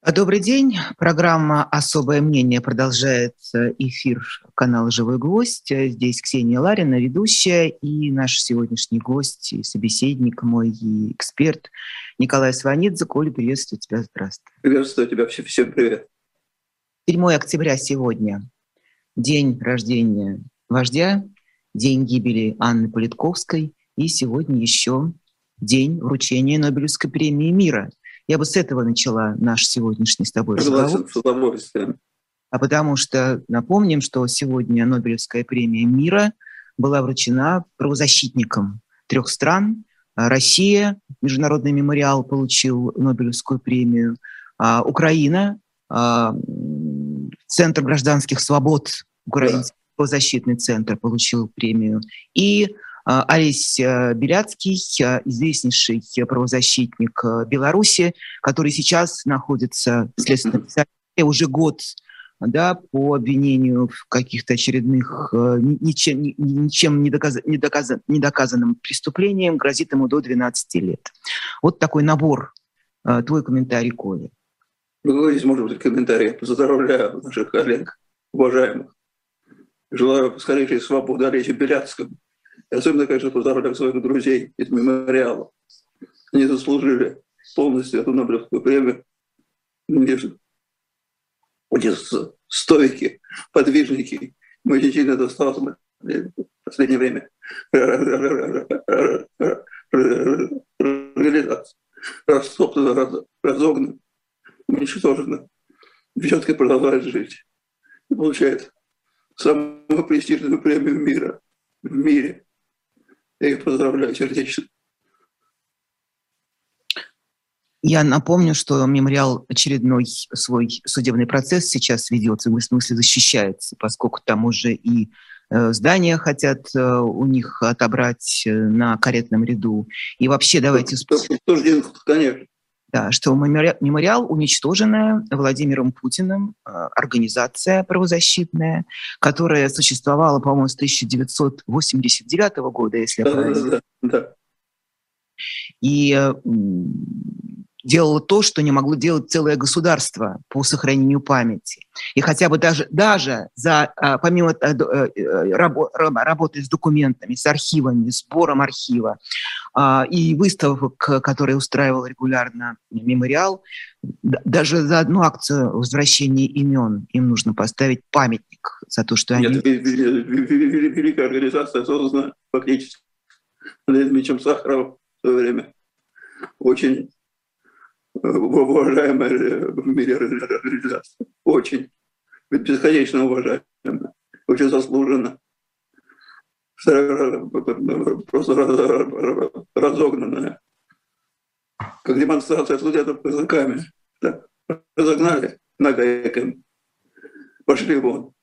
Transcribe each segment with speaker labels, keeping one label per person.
Speaker 1: Добрый день. Программа «Особое мнение» продолжает эфир канала «Живой гвоздь». Здесь Ксения Ларина, ведущая, и наш сегодняшний гость, и собеседник мой, и эксперт Николай Сванидзе. Коля, приветствую тебя. Здравствуй.
Speaker 2: Приветствую тебя. Всем привет.
Speaker 1: 7 октября сегодня. День рождения вождя, день гибели Анны Политковской, и сегодня еще день вручения Нобелевской премии мира. Я бы с этого начала наш сегодняшний с тобой разговор.
Speaker 2: С удовольствием.
Speaker 1: Потому что напомним, что сегодня Нобелевская премия мира была вручена правозащитникам 3 стран. Россия, Международный мемориал, получил Нобелевскую премию. Украина, Центр гражданских свобод, Украинский правозащитный центр, получил премию. И Олесь Беляцкий, известнейший правозащитник Беларуси, который сейчас находится в следственном изоляторе уже год, по обвинению в каких-то очередных ничем недоказанным преступлениям, грозит ему до 12 лет. Вот такой набор. Твой комментарий, Коля.
Speaker 2: Здесь может быть комментарий. Поздравляю наших коллег, уважаемых. Желаю скорейшей свободы Олесю Беляцкому. И особенно, конечно, поздравляю своих друзей из мемориала. Они заслужили полностью эту Нобелевскую премию. Эти стойки, подвижники. Мы сильно досталось в последнее время. Растоптано, разогнано, уничтожено. Все-таки продолжает жить. И получает самую престижную премию мира. В мире. Я их поздравляю сердечно.
Speaker 1: Я напомню, что мемориал очередной свой судебный процесс сейчас ведется, в смысле защищается, поскольку там уже и здания хотят у них отобрать на каретном ряду. И вообще давайте...
Speaker 2: Конечно.
Speaker 1: Да, что мемориал уничтоженная Владимиром Путиным организация правозащитная, которая существовала, по-моему, с 1989 года, если я правильно.
Speaker 2: Да.
Speaker 1: И делала то, что не могло делать целое государство по сохранению памяти. И хотя бы даже помимо работы с документами, с архивами, сбором архива и выставок, которые устраивал регулярно мемориал, даже за одну акцию возвращения имен им нужно поставить памятник за то, что они...
Speaker 2: Нет, великая организация создана фактически Леонидом Сахаровым в свое время. Очень уважаемая в мире организация. Очень. Бесконечно уважаемая. Очень заслуженно. Просто разогнанная. Как демонстрация студентов казаками. Да. Разогнали нагайками. Пошли вон.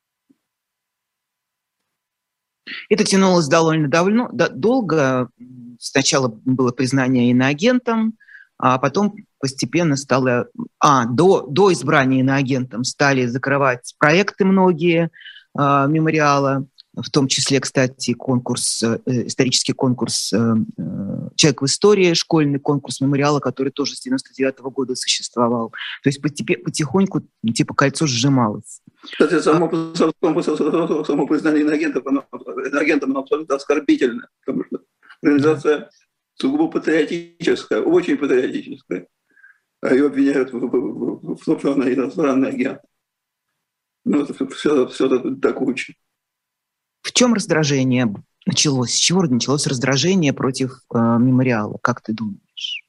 Speaker 1: Это тянулось довольно долго. Сначала было признание иноагентом, а потом постепенно стало... До избрания иноагентом стали закрывать проекты многие мемориала, в том числе, кстати, исторический конкурс «Человек в истории», школьный конкурс мемориала, который тоже с 1999 года существовал. То есть потихоньку кольцо сжималось.
Speaker 2: Кстати, само признание иноагентом абсолютно оскорбительно, потому что организация сугубо патриотическая, очень патриотическая. А ее обвиняют в том, что она иностранный агент. Это все до кучи.
Speaker 1: В чем раздражение началось? С чего началось раздражение против мемориала? Как ты думаешь?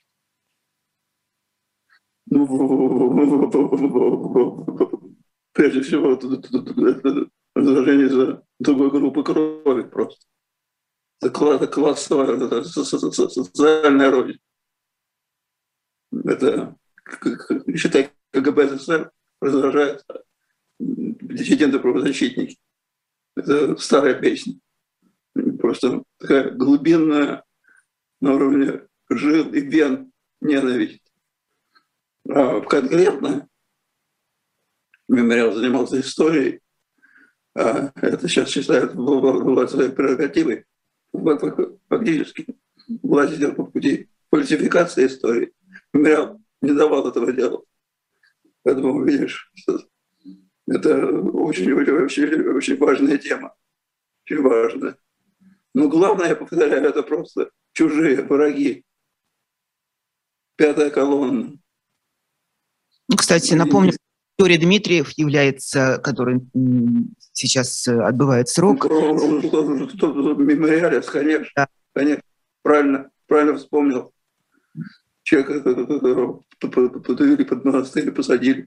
Speaker 2: Прежде всего, раздражение за другой группы крови просто. Это классовая, социальная роль. Это, считай, КГБ СССР раздражает диссиденты-правозащитники. Это старая песня. Просто такая глубинная на уровне жил и вен ненависть. А конкретно мемориал занимался историей, а это сейчас считают своей прерогативой. Фактически власть идет по пути фальсификации истории. Мемориал не давал этого делать. Поэтому, видишь, это очень важная тема. Очень важная. Но главное, я повторяю, это просто чужие враги. Пятая колонна.
Speaker 1: Ну, кстати, напомню, Юрий Дмитриев является, который сейчас отбывает срок.
Speaker 2: В мемориале, конечно.
Speaker 1: Да.
Speaker 2: Конечно. Правильно вспомнил. Человека, которого подавили под монастырь, посадили.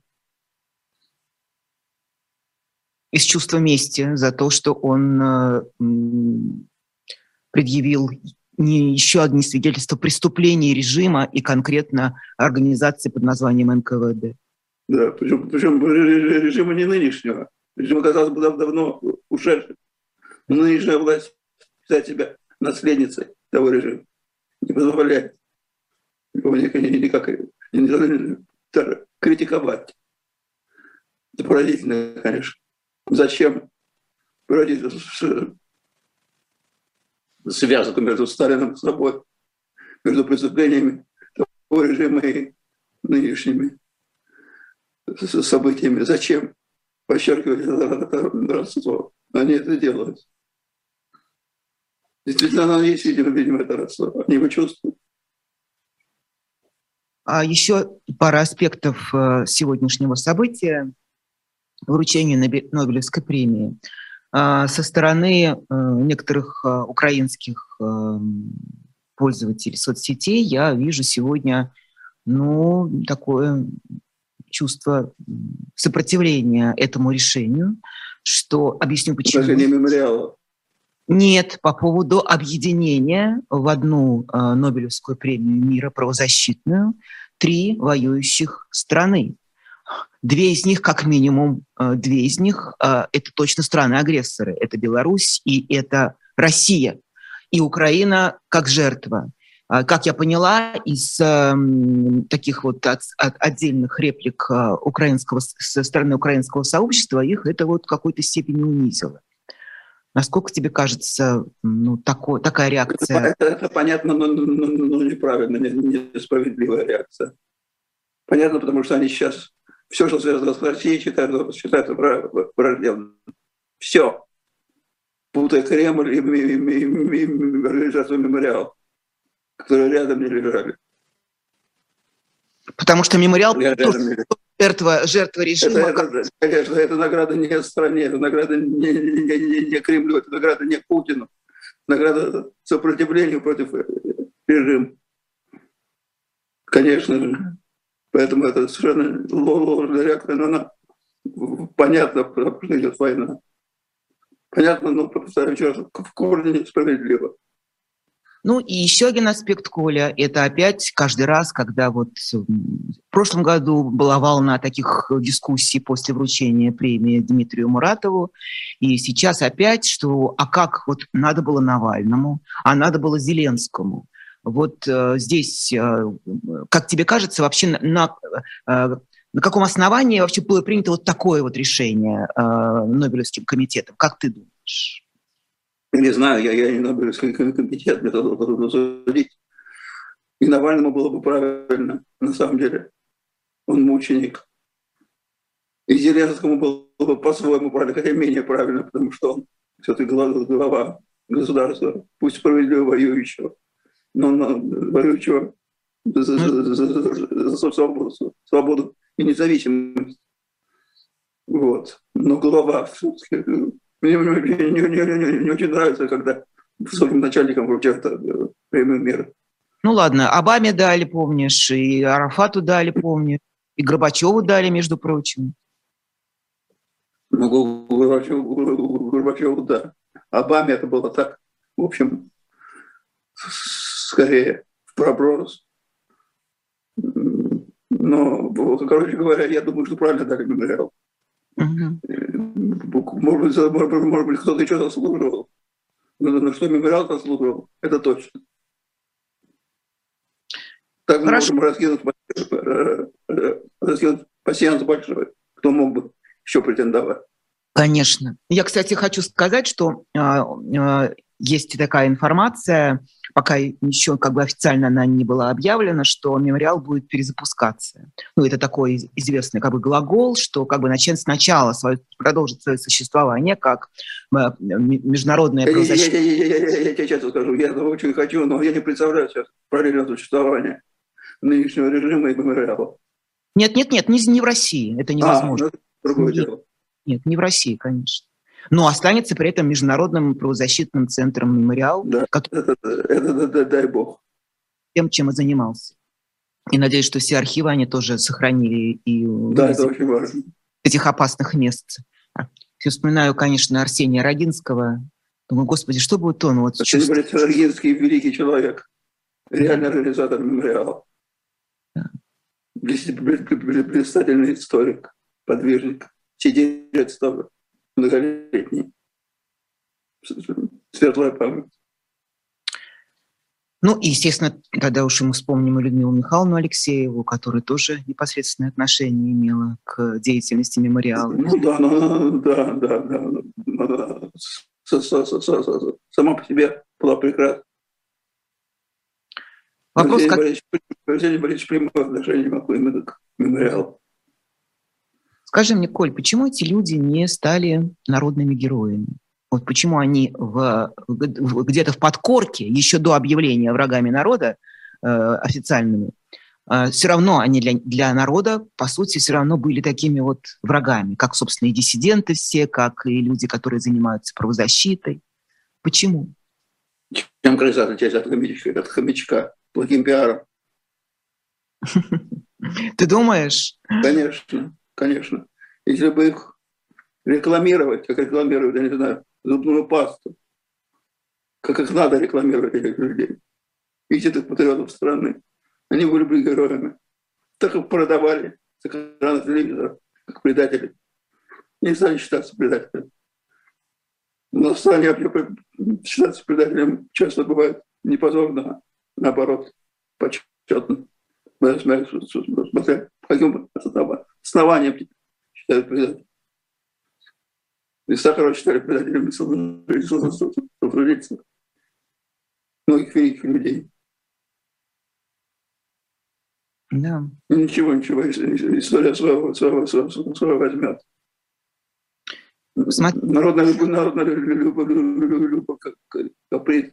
Speaker 1: Из чувства мести за то, что он предъявил еще одни свидетельства преступлений режима и конкретно организации под названием НКВД.
Speaker 2: Да, причем режима не нынешнего. Режим оказался бы давно ушедшим. Но нынешняя власть считает себя наследницей того режима. Не позволяет его никак даже критиковать. Это поразительно, конечно. Зачем проводить связку между Сталиным и собой, между преступлениями того режима и нынешними событиями? Зачем подчеркивать родство? Они это делают. Действительно, оно есть, видимо, это родство. Они его чувствуют.
Speaker 1: А еще пара аспектов сегодняшнего события – вручение Нобелевской премии. Со стороны некоторых украинских пользователей соцсетей я вижу сегодня такое чувство сопротивления этому решению, что объясню почему.
Speaker 2: Даже не мемориала.
Speaker 1: Нет, по поводу объединения в одну Нобелевскую премию мира правозащитную 3 воюющих страны. 2 из них, как минимум, 2 из них это точно страны-агрессоры. Это Беларусь и это Россия. И Украина как жертва. Как я поняла, из таких вот отдельных реплик со стороны украинского сообщества, их это вот в какой-то степени унизило. Насколько тебе кажется, такая реакция?
Speaker 2: Это понятно, но неправильно, несправедливая реакция. Понятно, потому что они сейчас все, что связано с Россией, считают враждебным. Все. Путая Кремль и организацию мемориал, которые рядом не лежали.
Speaker 1: Потому что мемориал жертва режима.
Speaker 2: Конечно, это награда не стране, это награда не Кремлю, это награда не Путину, награда сопротивлению против режима. Конечно же. Поэтому это совершенно ложная реакция, но она понятна, потому что идет война. Понятно, но, повторяю еще раз, в корне несправедливо.
Speaker 1: Ну и еще один аспект, Коля, это опять каждый раз, когда вот в прошлом году была волна таких дискуссий после вручения премии Дмитрию Муратову, и сейчас опять, что как вот надо было Навальному, а надо было Зеленскому. Вот здесь, как тебе кажется, вообще на каком основании вообще было принято вот такое вот решение Нобелевским комитетом? Как ты думаешь?
Speaker 2: Не знаю, я не Нобелевский комитет, мне трудно судить. И Навальному было бы правильно, на самом деле. Он мученик. И Зеленскому было бы по-своему правильно, хотя менее правильно, потому что он все-таки глава государства, пусть справедливо воюющего, но воюющего за свободу и независимость. Вот. Но глава все-таки... Мне не очень нравится, когда высоким начальникам вручают премию мира.
Speaker 1: Ну ладно, Обаме дали, помнишь, и Арафату дали, помнишь, и Горбачеву дали, между прочим.
Speaker 2: Ну, Горбачеву, да. Обаме это было так, в общем, скорее в проброс. Но, короче говоря, я думаю, что правильно дали мемориал. Может быть, кто-то еще заслуживал. Но что мемориал заслуживал, это точно. Так мы можем раскинуть пассианс большой, кто мог бы еще претендовать.
Speaker 1: Конечно. Я, кстати, хочу сказать, что есть такая информация пока еще как бы официально она не была объявлена, что мемориал будет перезапускаться. Ну, это такой известный как бы глагол, что как бы начать сначала продолжить свое существование как международное правозащитное.
Speaker 2: Я тебе честно скажу, я этого очень хочу, но я не представляю сейчас параллельное существование нынешнего режима и мемориала.
Speaker 1: Нет, не в России, это невозможно.
Speaker 2: Это другое дело.
Speaker 1: Нет, не в России, конечно. Но останется при этом международным правозащитным центром мемориал,
Speaker 2: Да,
Speaker 1: который
Speaker 2: дай бог.
Speaker 1: Тем, чем и занимался. И надеюсь, что все архивы они тоже сохранили и
Speaker 2: да, это очень важно.
Speaker 1: Этих опасных мест. Я вспоминаю, конечно, Арсения Рогинского. Думаю, господи, что будет он вот чувствовать?
Speaker 2: Рогинский великий человек, реальный организатор мемориала. Да. Блистательный историк, подвижник, сиделец тоже, многолетний. Светлая память.
Speaker 1: Ну, и, естественно, тогда уж мы вспомним и Людмилу Михайловну Алексееву, которая тоже непосредственное отношение имела к деятельности мемориала.
Speaker 2: Ну да. Сама по себе была прекрасна.
Speaker 1: Вопрос,
Speaker 2: Арсений Борисович прямое отношение именно к мемориалу.
Speaker 1: Скажи мне, Коль, почему эти люди не стали народными героями? Вот почему они где-то в подкорке, еще до объявления врагами народа официальными, все равно они для народа, по сути, все равно были такими вот врагами, как, собственно, и диссиденты все, как и люди, которые занимаются правозащитой. Почему?
Speaker 2: Чем красота отличается от хомячка, плохим пиаром?
Speaker 1: Ты думаешь?
Speaker 2: Конечно. Если бы их рекламировать, как рекламируют, я не знаю, зубную пасту, как их надо рекламировать, этих людей, истинных патриотов страны, они были бы героями. Так их продавали с экрана телевизора, как предатели. Не стали считаться предателями. Но стали считаться предателем часто бывает не позорно, а наоборот, почетно. Смотря по каким основаниям считают предателем. И Сахарова считали предателем многих великих людей.
Speaker 1: Да.
Speaker 2: Ничего, история своего возьмет. Народная любовь, каприз.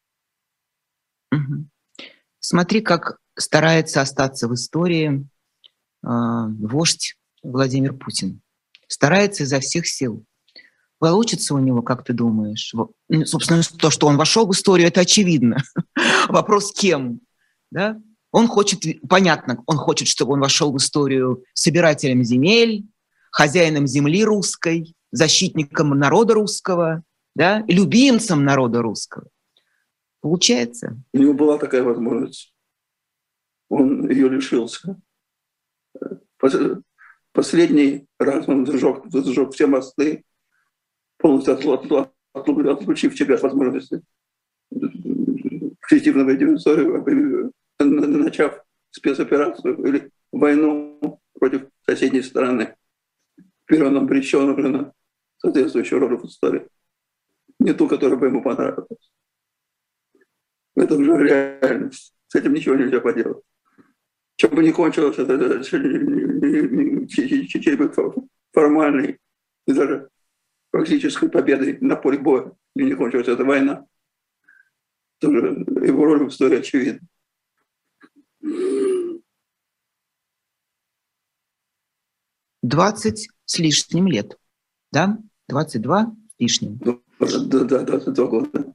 Speaker 1: Смотри, как старается остаться в истории вождь Владимир Путин. Старается изо всех сил. Получится у него, как ты думаешь? Собственно, то, что он вошел в историю, это очевидно. Вопрос, кем? Да? Он хочет, понятно, он хочет, чтобы он вошел в историю собирателем земель, хозяином земли русской, защитником народа русского, да? Любимцем народа русского. Получается?
Speaker 2: У него была такая возможность. Он ее лишился. Последний раз он зажег все мосты, полностью отключив себя от возможности коллективного историю, начав спецоперацию или войну против соседней страны. Теперь он обречен уже на соответствующую роль в истории. Не ту, которая бы ему понравилась. Это уже реальность. С этим ничего нельзя поделать. Чем бы ни кончилось, это формальной и даже практической победой на поле боя, и не кончилась эта война, тоже его роль в истории очевидна.
Speaker 1: 20 с лишним лет, да? 22 с лишним.
Speaker 2: Да, 22 года.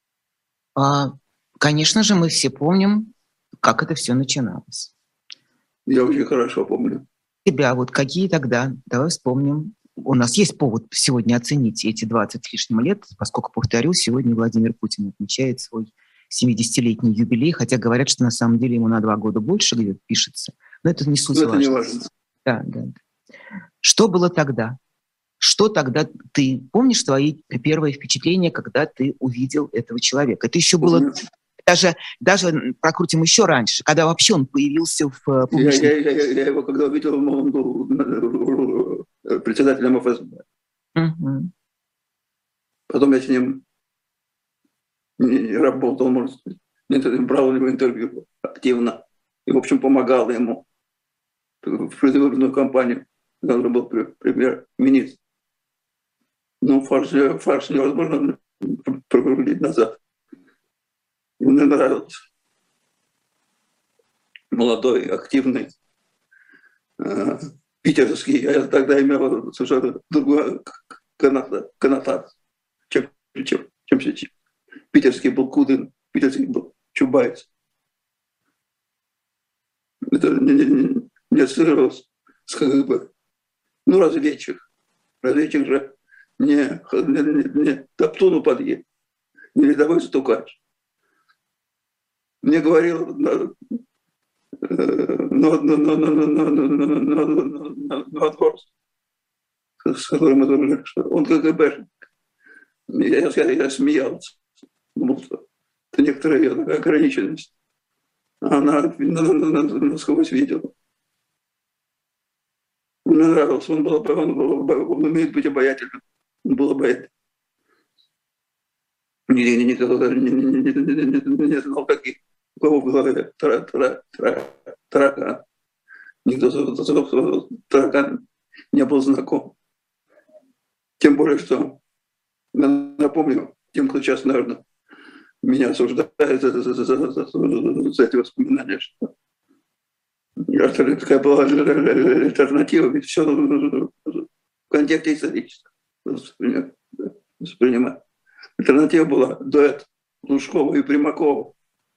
Speaker 1: Конечно же, мы все помним, как это все начиналось.
Speaker 2: Я очень хорошо помню.
Speaker 1: Тебя вот какие тогда? Давай вспомним. У нас есть повод сегодня оценить эти 20 с лишним лет, поскольку, повторю, сегодня Владимир Путин отмечает свой 70-летний юбилей, хотя говорят, что на самом деле ему на 2 года больше где-то пишется. Но это не суть важно.
Speaker 2: Это не важно.
Speaker 1: Да. Что было тогда? Что тогда ты помнишь свои первые впечатления, когда ты увидел этого человека? Это еще было даже прокрутим еще раньше, когда вообще он появился в публичном...
Speaker 2: Я его когда увидел, он был председателем ФСБ.
Speaker 1: Угу.
Speaker 2: Потом я с ним работал, может сказать, брал у него интервью активно и, в общем, помогал ему в предвыборную кампанию, когда он был премьер-министр. Но фарс невозможно прокрутить назад. Мне нравился. Молодой, активный, питерский. Я тогда имел совершенно другую коннотацию, чем сейчас. Питерский был Кудин, питерский был Чубайс. Это не ассоциировалось с КГБ. Ну, разведчик. Разведчик же не Топтуну подъедет, не рядовой стукач. Мне говорил Новордворск, с которым мы дружили, что он КГБшник. Я смеялся. Думал, что это некоторая ее такая ограниченность. Она насквозь видела. Мне нравился. Он умеет быть обаятельным. Он был обаятельным. Никто не знал, каких. У кого в голове таракан. Никто с тараканом не был знаком. Тем более, что я напомню тем, кто сейчас, наверное, меня осуждает за эти воспоминания, что такая была альтернатива, ведь все в контексте историческом воспринимать. Альтернатива была дуэт Лужкова и Примакова.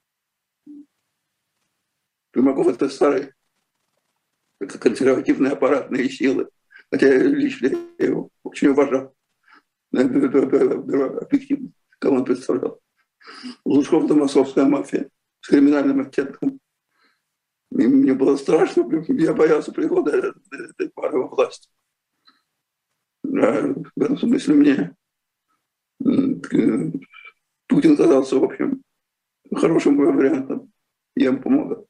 Speaker 2: Примаков — это старые консервативные аппаратные силы, хотя я лично его очень уважал, объективно, кого он представлял. Лужков — это московская мафия с криминальным оттенком. И мне было страшно, я боялся прихода этой пары во власть. В этом смысле мне Путин казался, в общем, хорошим вариантом. Я ему помогал.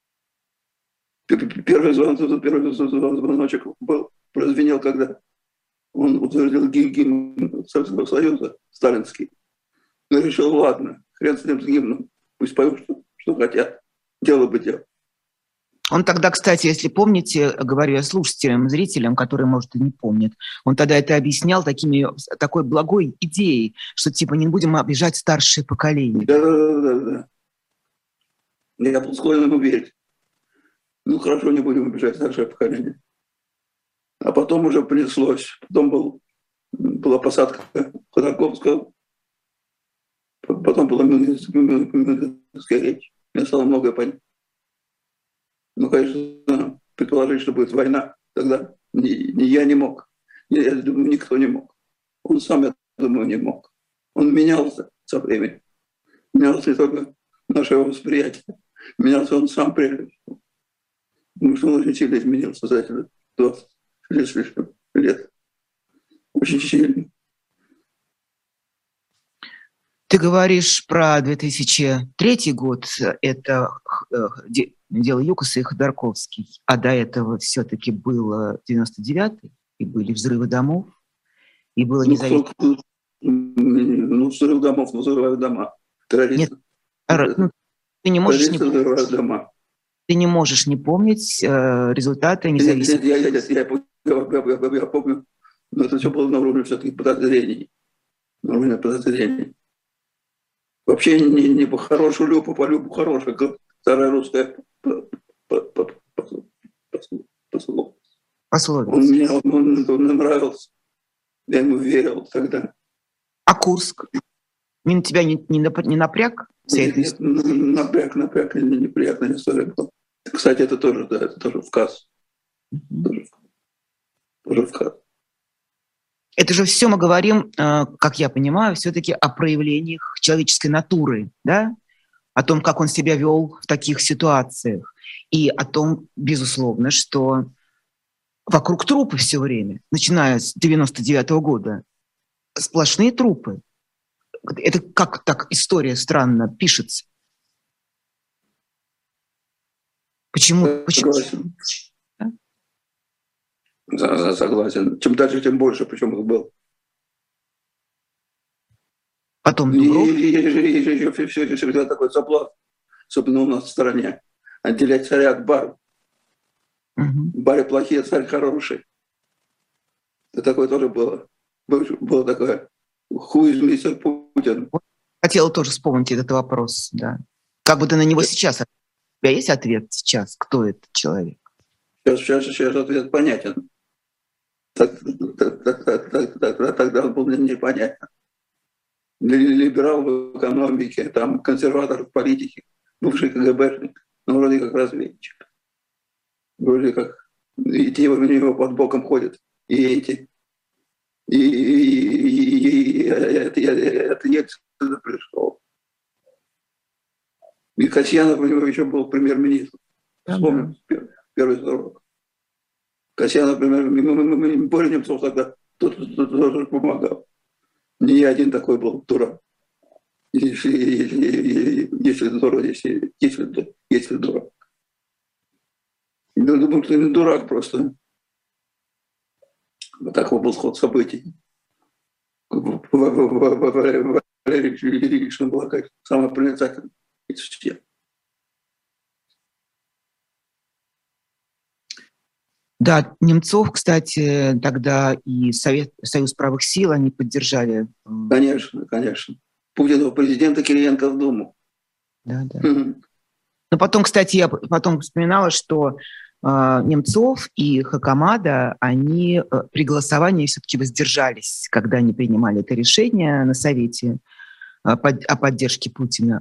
Speaker 2: Первый звоночек прозвенел, когда он утвердил гимн Советского Союза, сталинский. Я решил, ладно, хрен с ним, с гимном, пусть поют, что хотят, дело бы дело.
Speaker 1: Он тогда, кстати, если помните, говорю я слушателям, зрителям, которые, может, и не помнят, он тогда это объяснял такой благой идеей, что типа не будем обижать старшее поколение.
Speaker 2: Да. Я был склонен ему верить. Ну, хорошо, не будем обижать старшее поколение. А потом уже понеслось. Потом была посадка Ходорковского. Потом была Мюнхенская речь. Мне стало многое понятно. Ну, конечно, предположить, что будет война, тогда ни я не мог. Я думаю, никто не мог. Он сам, я думаю, не мог. Он менялся со временем. Менялся не только наше восприятие. Менялся он сам прежде всего. Потому что он очень сильно изменился за эти 20 лет с лишним лет. Очень сильно.
Speaker 1: Ты говоришь про 2003 год, это дело Юкоса и Ходорковский, а до этого все-таки было 99-й, и были взрывы домов, и было независимое...
Speaker 2: Ну, взрыв домов, взрывают дома. Террористы.
Speaker 1: Нет, ты не можешь не
Speaker 2: взрывают дома.
Speaker 1: Ты не можешь не помнить результаты независимости.
Speaker 2: Я помню, но это все было на уровне все-таки подозрений. На уровне подозрений. Вообще не по хорошую любу, по любу хорошую, как старая русская пословица. Он мне нравился. Я ему верил тогда.
Speaker 1: А Курск? Тебя не напряг?
Speaker 2: Нет, напряг, неприятная история была. Кстати, это тоже вказ. Тоже вказ.
Speaker 1: Это же все мы говорим, как я понимаю, все-таки о проявлениях человеческой натуры, да? О том, как он себя вел в таких ситуациях. И о том, безусловно, что вокруг трупы все время, начиная с 99-го года, сплошные трупы. Это как так история странно пишется? Почему?
Speaker 2: Согласен. Чем дальше, тем больше, причем их было.
Speaker 1: Потом
Speaker 2: И
Speaker 1: Дубров.
Speaker 2: еще всегда такой соблазн, особенно у нас в стране, отделять царя от бара. Бары плохие, царь хороший. Это такое тоже было. Было такое who is мистер Путин.
Speaker 1: Хотела тоже вспомнить этот вопрос, да. Как бы ты на него сейчас... У тебя есть ответ сейчас, кто этот человек?
Speaker 2: Сейчас ответ понятен. Тогда он был непонятен. Либерал в экономике, там консерватор в политике, бывший КГБшник, но вроде как разведчик. Вроде как и те у него под боком ходят, и эти. И это Ельцин пришел. И Касьянов у него еще был премьер-министр. Вспомнил первый срок. Касьянов, например, Боря Немцов тогда тоже помогал. Не я один такой был дурак. Если дурак, если дурак. Я думаю, что не дурак просто. Вот такой был ход событий. Валерий Ильич была как самая проницательная из всех.
Speaker 1: Да, Немцов, кстати, тогда и Союз правых сил, они поддержали.
Speaker 2: Конечно, конечно. Путина президента, Кириенко в Думу.
Speaker 1: Да. Но потом, кстати, я потом вспоминала, что Немцов и Хакамада, они при голосовании все-таки воздержались, когда они принимали это решение на Совете о поддержке Путина.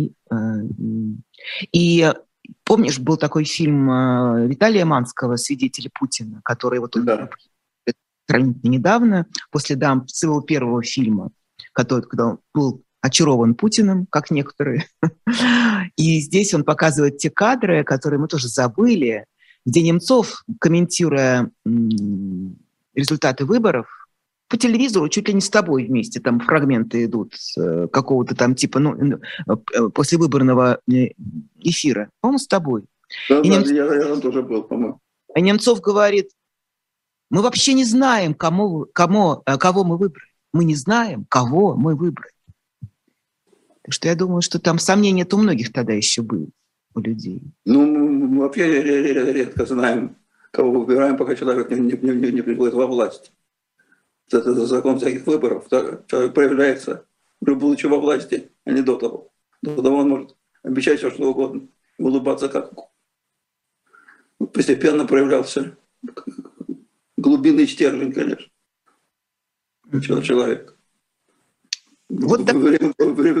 Speaker 1: И помнишь, был такой фильм Виталия Манского «Свидетели Путина», который вот он сравнительно недавно, после своего первого фильма, когда он был очарован Путиным, как некоторые. И здесь он показывает те кадры, которые мы тоже забыли, где Немцов, комментируя результаты выборов, по телевизору чуть ли не с тобой вместе, там фрагменты идут какого-то там типа, послевыборного эфира. По-моему, с тобой.
Speaker 2: Да, я тоже был, по-моему.
Speaker 1: А Немцов говорит, мы вообще не знаем, кого мы выбрали. Мы не знаем, кого мы выбрали. Так что я думаю, что там сомнения-то у многих тогда еще были, у людей.
Speaker 2: Ну, мы вообще редко знаем, кого выбираем, пока человек не приходит во власть. Это закон всяких выборов. Человек проявляется, уже будучи во власти, а не до того. До того он может обещать все, что угодно, улыбаться как. Постепенно проявлялся глубинный стержень, конечно, человек.
Speaker 1: Вот так.
Speaker 2: Время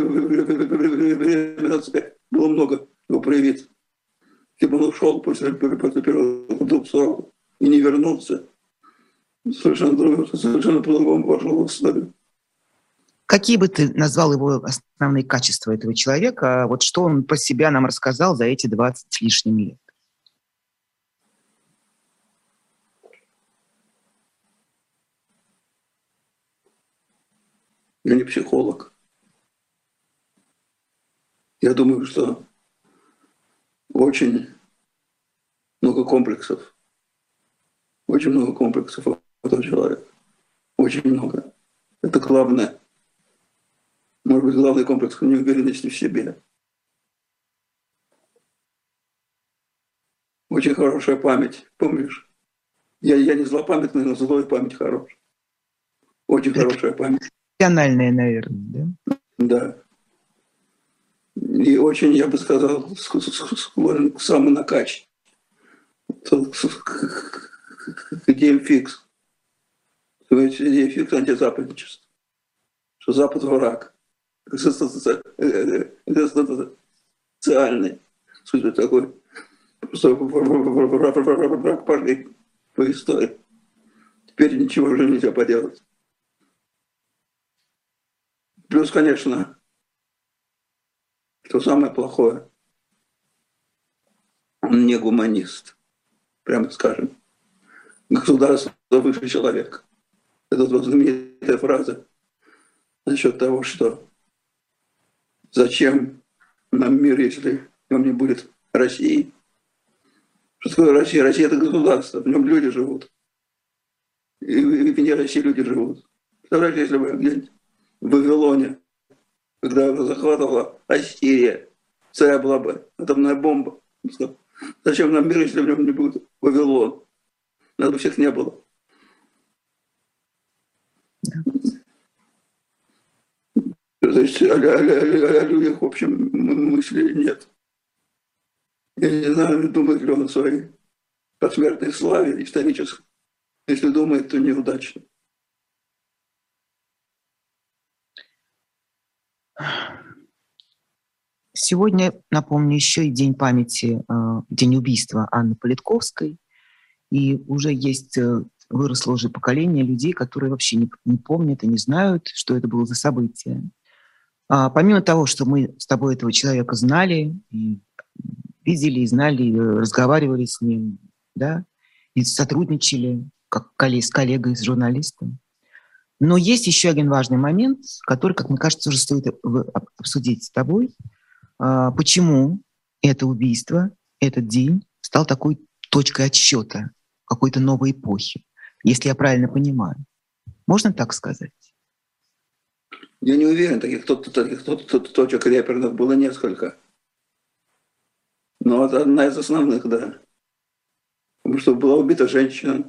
Speaker 2: было много его проявиться. Если он ушел после первого срока и не вернулся, совершенно по-другому вошел в историю.
Speaker 1: Какие бы ты назвал его основные качества этого человека? Вот что он про себя нам рассказал за эти 20 с лишним лет?
Speaker 2: Я не психолог. Я думаю, что очень много комплексов. Очень много комплексов у этого человека. Очень много. Это главное. Может быть, главный комплекс неуверенности в себе. Очень хорошая память. Помнишь? Я не злопамятный, но злой память хорошая. Очень хорошая память.
Speaker 1: Эмоциональная, наверное, да?
Speaker 2: Да. И очень, я бы сказал, склонен к самонакачке. К идеям фикс. Идея фикс антизападничество. Что Запад враг. Социальный. Суть такой. Просто враг по истории. Теперь ничего уже нельзя поделать. Плюс, конечно, что самое плохое, он не гуманист, прямо скажем. Государство выше человека. Это вот знаменитая фраза насчет того, что зачем нам мир, если в нем не будет России. Что такое Россия? Россия – это государство, в нем люди живут. И вне России люди живут. Представляете, если бы где-нибудь в Вавилоне когда его захватывала Ассирия, царя была бы атомная бомба. Он сказал, зачем нам мир, если в нем не будет Вавилон? Нас бы всех не было. Значит, о людях, в общем, мысли нет. Я не знаю, думает ли он о своей посмертной славе исторической. Если думает, то неудачно.
Speaker 1: Сегодня, напомню, еще и день памяти, день убийства Анны Политковской. И уже есть, выросло уже поколение людей, которые вообще не помнят и не знают, что это было за событие. Помимо того, что мы с тобой этого человека знали, и видели, и знали, и разговаривали с ним, да, и сотрудничали как с коллегой, с журналистом. Но есть еще один важный момент, который, как мне кажется, уже стоит обсудить с тобой. Почему это убийство, этот день стал такой точкой отсчета какой-то новой эпохи, если я правильно понимаю. Можно так сказать?
Speaker 2: Я не уверен, таких точек реперных было несколько. Но это одна из основных, да. Потому что была убита женщина,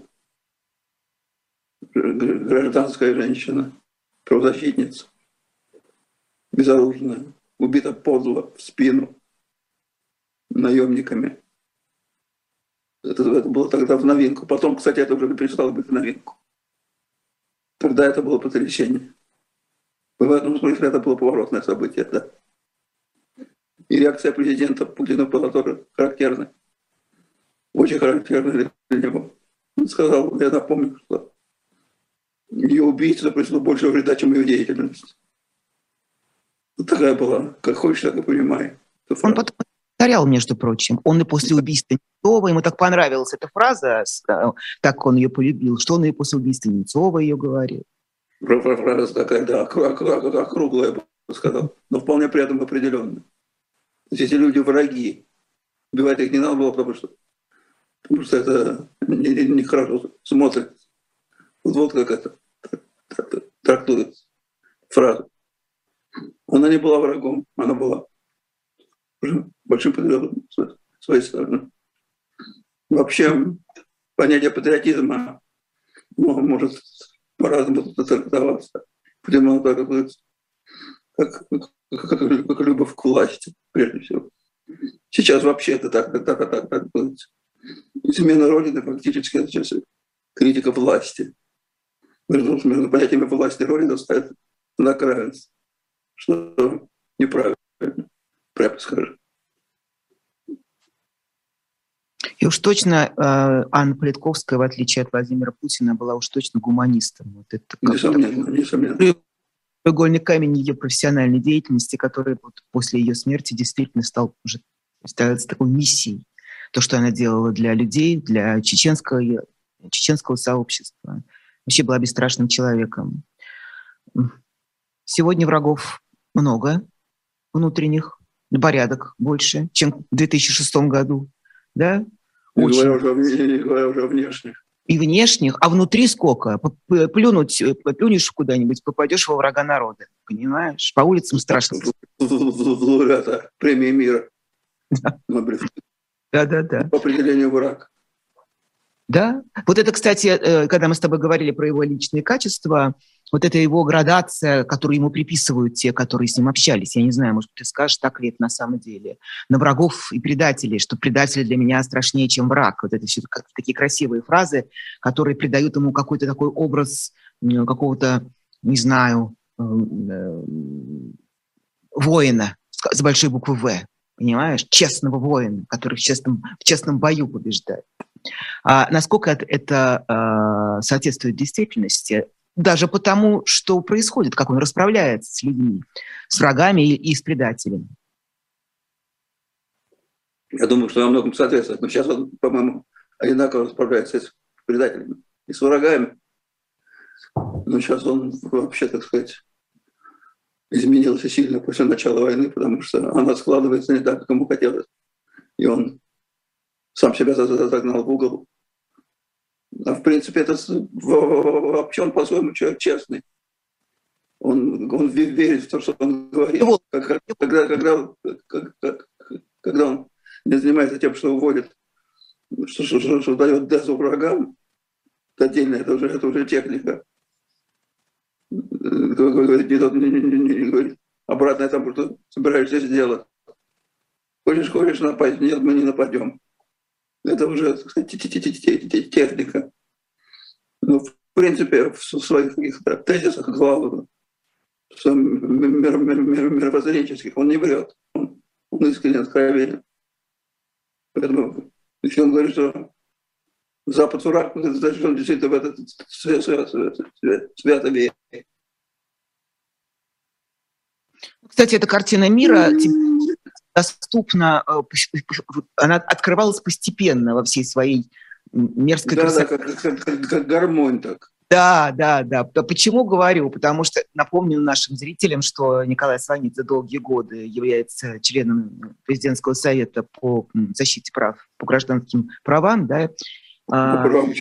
Speaker 2: гражданская женщина, правозащитница, безоружная, убита подло в спину наемниками. Это было тогда в новинку. Потом, кстати, это уже перестало быть в новинку. Тогда это было потрясение. В этом смысле это было поворотное событие, да. И реакция президента Путина была тоже характерной. Очень характерной для него. Он сказал, я напомню, что ее убийство принесло больше вреда, чем ее деятельность. Вот такая была. Как хочешь, так и понимай.
Speaker 1: Он потом повторял, между прочим. Он и после убийства Немцова, ему так понравилась эта фраза, так он ее полюбил, что он и после убийства Немцова ее говорил.
Speaker 2: Фраза такая, да, округлая, я бы сказал, но вполне при этом определенная. То есть эти люди враги. Убивать их не надо было, потому что это нехорошо смотрится. Вот как это трактуется фраза. Она не была врагом, она была большим патриотом с своей стороны. Вообще понятие патриотизма может по-разному трактоваться. Прямо так, как любовь к власти, прежде всего. Сейчас вообще это так. Измена Родины фактически это сейчас критика власти. Между понятиями власти и Родины стоит знак равенства, что неправильно, прямо скажем.
Speaker 1: И уж точно Анна Политковская, в отличие от Владимира Путина, была уж точно гуманистом. Вот это
Speaker 2: несомненно.
Speaker 1: Треугольный камень ее профессиональной деятельности, который вот после ее смерти действительно стал уже становиться такой миссией. То, что она делала для людей, для чеченского сообщества. Вообще была бесстрашным человеком. Сегодня врагов много внутренних, порядок больше, чем в 2006 году. Да?
Speaker 2: Не говоря уже о внешних.
Speaker 1: И внешних, а внутри сколько? Плюнешь куда-нибудь, попадешь во врага народа. Понимаешь? По улицам страшно.
Speaker 2: Лауреата премии мира.
Speaker 1: Да. Да.
Speaker 2: По определению враг.
Speaker 1: Да. Вот это, кстати, когда мы с тобой говорили про его личные качества, вот это его градация, которую ему приписывают те, которые с ним общались. Я не знаю, может, ты скажешь, так ли это на самом деле. На врагов и предателей, что предатель для меня страшнее, чем враг. Вот это все такие красивые фразы, которые придают ему какой-то такой образ какого-то, не знаю, воина с большой буквы «В». Понимаешь? Честного воина, который в честном бою побеждает. Насколько это соответствует действительности? Даже потому, что происходит, как он расправляется с людьми, с врагами и с предателями.
Speaker 2: Я думаю, что во многом соответствует. Но сейчас он, по-моему, одинаково расправляется с предателями и с врагами. Но сейчас он вообще, так сказать, изменился сильно после начала войны, потому что она складывается не так, как ему хотелось. И он сам себя загнал в угол. А в принципе, это вообще он по-своему человек честный. Он он верит в то, что он говорит. Когда он не занимается тем, что уводит, что дает дезу врагам, отдельно, это уже техника. Говорит, не говорит. Обратно там, что собираешься сделать. Хочешь напасть? Нет, мы не нападем. Это уже, кстати, техника. Но, в принципе, в своих каких-то тезисах главных, мировоззренческих, он не врет. Он искренне откровенен. Поэтому, если он говорит, что Запад враг, это значит, что он действительно в это свято верит.
Speaker 1: Кстати, эта картина мира доступна, она открывалась постепенно во всей своей мерзкой красоте.
Speaker 2: Да, как гармонь так.
Speaker 1: Да. Почему говорю? Потому что напомню нашим зрителям, что Николай Сванидзе долгие годы является членом президентского совета по защите прав, по гражданским правам, да?
Speaker 2: Правам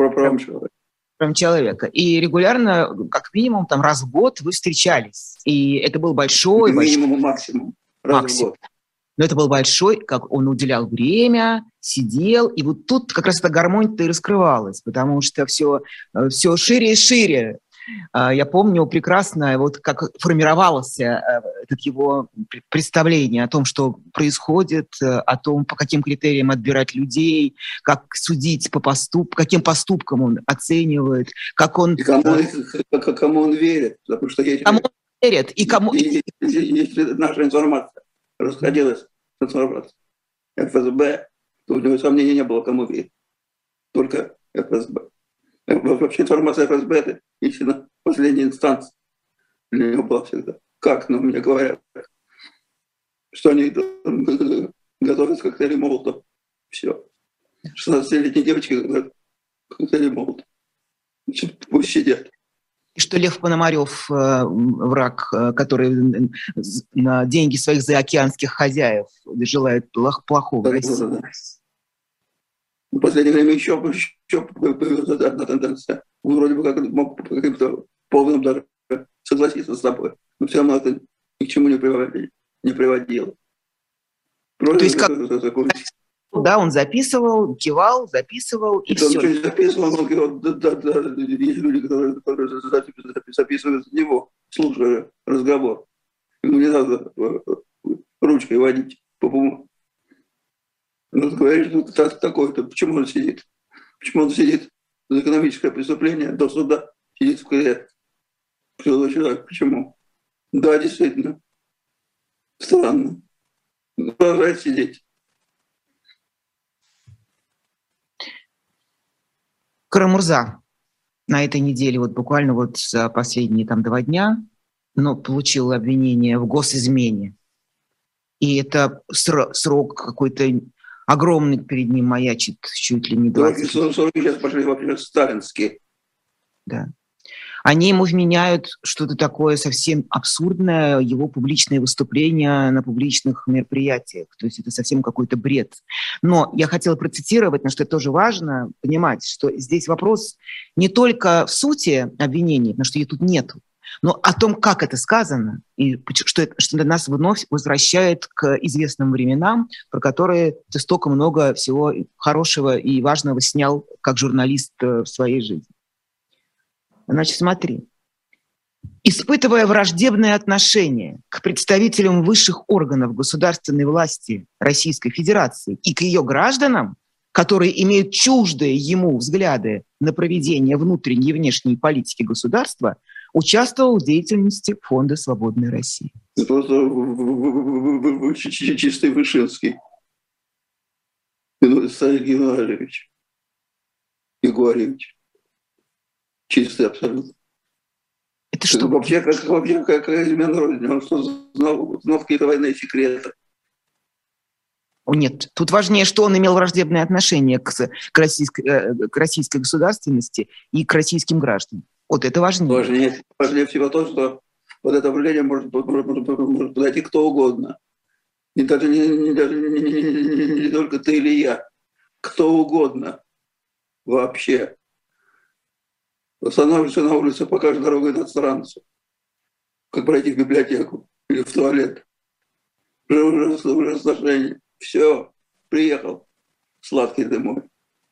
Speaker 1: человека. И регулярно, как минимум, там раз в год вы встречались. И это был большой...
Speaker 2: Минимум, максимум. Раз в год.
Speaker 1: Но это был большой, как он уделял время, сидел, и вот тут как раз эта гармония-то и раскрывалась, потому что все шире и шире. Я помню прекрасно, вот как формировалось это его представление о том, что происходит, о том, по каким критериям отбирать людей, как судить по каким поступкам он оценивает, как он...
Speaker 2: И кому он верит, потому что
Speaker 1: кому он верит, и кому...
Speaker 2: Если наша информация расходилась с информацией ФСБ, то у него сомнений не было, кому верить. Только ФСБ. Вообще информация ФСБ – это истина последняя инстанция для него была всегда. Как, но мне говорят, что они готовят коктейли Молотова. Все. 16-летние девочки готовят коктейли Молотова. Пусть сидят.
Speaker 1: И что Лев Пономарев враг, который на деньги своих заокеанских хозяев желает плохого России.
Speaker 2: Да. В последнее время еще появилась одна тенденция. Он вроде бы как мог по каким-то поводам даже согласиться с тобой, но все равно это ни к чему не приводило.
Speaker 1: То есть как... Да, он записывал, кивал, записывал, и все.
Speaker 2: Он ничего не записывал, он кивал, да. Есть люди, которые записывают за него, слушая разговор. Ему не надо ручкой водить по бумагу. Он говорит, ну, такой-то, почему он сидит? Почему он сидит за экономическое преступление до суда, сидит в клетке? Человек, почему? Да, действительно. Странно. Продолжает сидеть.
Speaker 1: Карамурза на этой неделе, вот буквально вот за последние 2 дня, получил обвинение в госизмене. И это срок какой-то огромный перед ним маячит, чуть ли не 20 лет.
Speaker 2: Сроки сейчас пошли вообще сталинские.
Speaker 1: Да. Они ему вменяют что-то такое совсем абсурдное, его публичные выступления на публичных мероприятиях. То есть это совсем какой-то бред. Но я хотела процитировать, потому что это тоже важно понимать, что здесь вопрос не только в сути обвинений, потому что ее тут нету, но о том, как это сказано, и что нас вновь возвращает к известным временам, про которые ты столько много всего хорошего и важного снял как журналист в своей жизни. Значит, смотри. Испытывая враждебное отношение к представителям высших органов государственной власти Российской Федерации и к ее гражданам, которые имеют чуждые ему взгляды на проведение внутренней и внешней политики государства, участвовал в деятельности Фонда «Свободной России».
Speaker 2: Это просто чистый Вышинский. Сергей Егорович. Чистый абсолютно.
Speaker 1: Это что?
Speaker 2: Вообще, как измена Родине. Он что, знал какие-то военные секреты?
Speaker 1: Нет, тут важнее, что он имел враждебное отношение к российской государственности и к российским гражданам. Вот это важнее.
Speaker 2: Важнее всего то, что под это влияние может подойти кто угодно. Не только ты или я. Кто угодно. Вообще. Останавливается на улице, покажет дорогу иностранцу. как пройти в библиотеку или в туалет. Уже сложение. Все, приехал. Сладкий ты мой.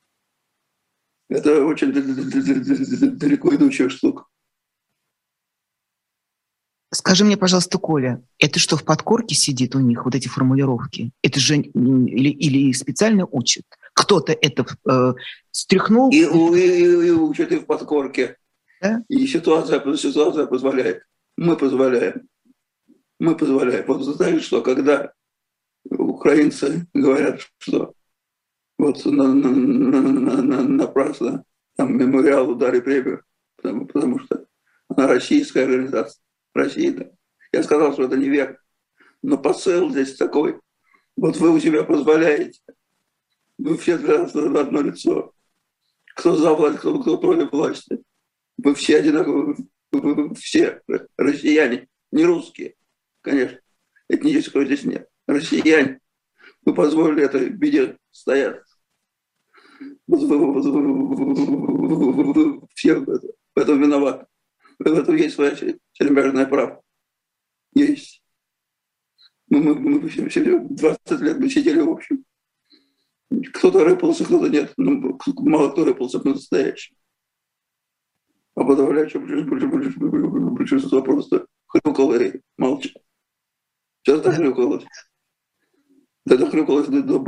Speaker 2: Это очень далеко идущая штука.
Speaker 1: Скажи мне, пожалуйста, Коля, это что, в подкорке сидит у них, вот эти формулировки? Это же или специально учат? Кто-то это стряхнул?
Speaker 2: И учат, и в подкорке.
Speaker 1: Да?
Speaker 2: И ситуация позволяет. Мы позволяем. Вот знаешь, что когда украинцы говорят, что вот напрасно там мемориал дали премию, потому что она российская организация. Россия, да. Я сказал, что это неверно. Но посыл здесь такой. Вот вы у себя позволяете. Вы все в одно лицо. Кто за власть, кто против власти. Вы все одинаковые. Вы все россияне. Не русские, конечно. Этнического здесь нет. Россияне. Вы позволили этой беде стоять. Вы все в этом виноваты. В этом есть своя чрезмерное право. Есть. Мы все 20 лет мы сидели в общем. Кто-то рыпался, кто-то нет. Но мало кто рыпался по-настоящему. А подавляющее большинство просто хрюкало и молчало. Сейчас дохрюкалось. Да дохрюкалось до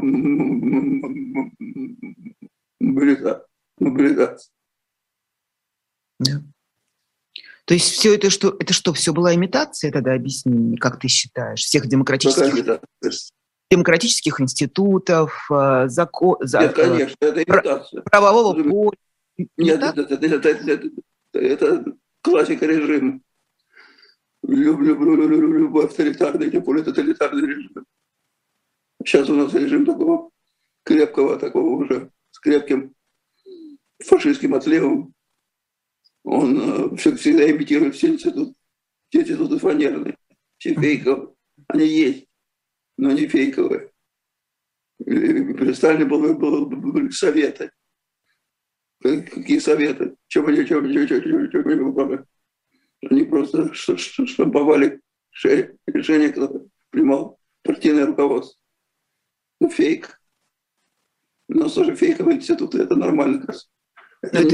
Speaker 2: мобилизации.
Speaker 1: Да. То есть все это что, все была имитация тогда, объясни мне, как ты считаешь, всех демократических институтов,
Speaker 2: Нет, конечно, это имитация.
Speaker 1: Правового поля.
Speaker 2: Нет, это классика режима. Любой авторитарный, тем более тоталитарный режим. Сейчас у нас режим такого крепкого, такого уже с крепким фашистским отливом. Он всегда имитирует все институты фанерные, все фейковые. Они есть, но не фейковые. При Сталине были советы. Какие советы? Чем они выполняли? Они просто штамповали решение, которое принимал партийное руководство. Ну, фейк. Но тоже фейковые институты, это нормально. Это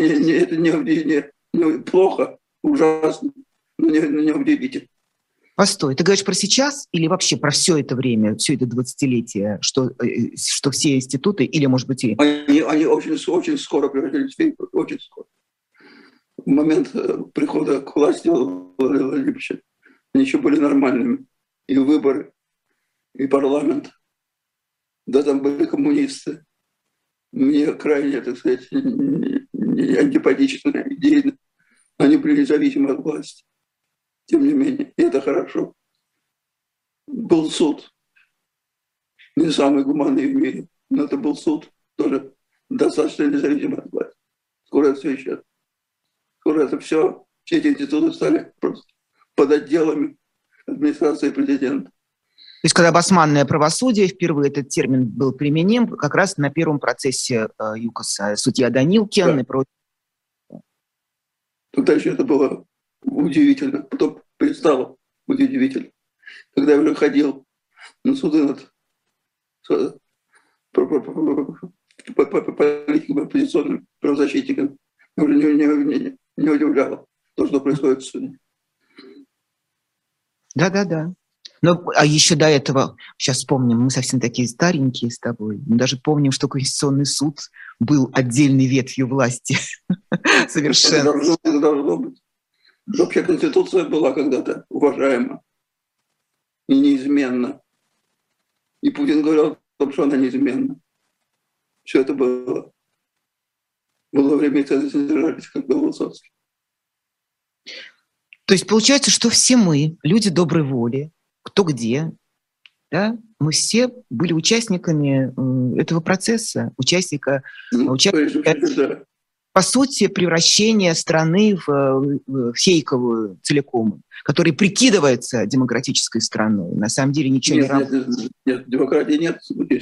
Speaker 2: не плохо, ужасно, но не удивительно.
Speaker 1: Постой, ты говоришь про сейчас или вообще про все это время, все это 20-летие, что все институты, или, может быть, и...
Speaker 2: Они очень скоро превратились в фейк, очень скоро. В момент прихода к власти Владимира Владимировича они еще были нормальными. И выборы, и парламент. Да, там были коммунисты. Мне крайне, так сказать, антипатично, идейно. Они были независимы от власти. Тем не менее, и это хорошо. Был суд. Не самый гуманный в мире, но это был суд. Тоже достаточно независимый от власти. Скоро это все исчезнет. Скоро это все эти институты стали просто под отделами администрации президента.
Speaker 1: То есть, когда басманное правосудие, впервые этот термин был применим, как раз на первом процессе ЮКОСа судья Данилкин.
Speaker 2: Да.
Speaker 1: И прочее.
Speaker 2: Тогда еще это было удивительно. Потом перестало быть удивительно. Когда я уже ходил на суды над оппозиционными правозащитниками, я уже не удивляло то, что происходит в суде.
Speaker 1: Да. А еще до этого, сейчас вспомним, мы совсем такие старенькие с тобой, мы даже помним, что Конституционный суд был отдельной ветвью власти. Совершенно.
Speaker 2: Это должно быть. Вообще Конституция была когда-то уважаема и неизменна. И Путин говорил о том, что она неизменна. Все это было. Было время, и ценности не держались, как был Высоцкий.
Speaker 1: То есть получается, что все мы, люди доброй воли, кто где, да, мы все были участниками этого процесса, по сути, превращения страны в фейковую целиком, которая прикидывается демократической страной. На самом деле ничего не работает.
Speaker 2: Нет, демократии нет.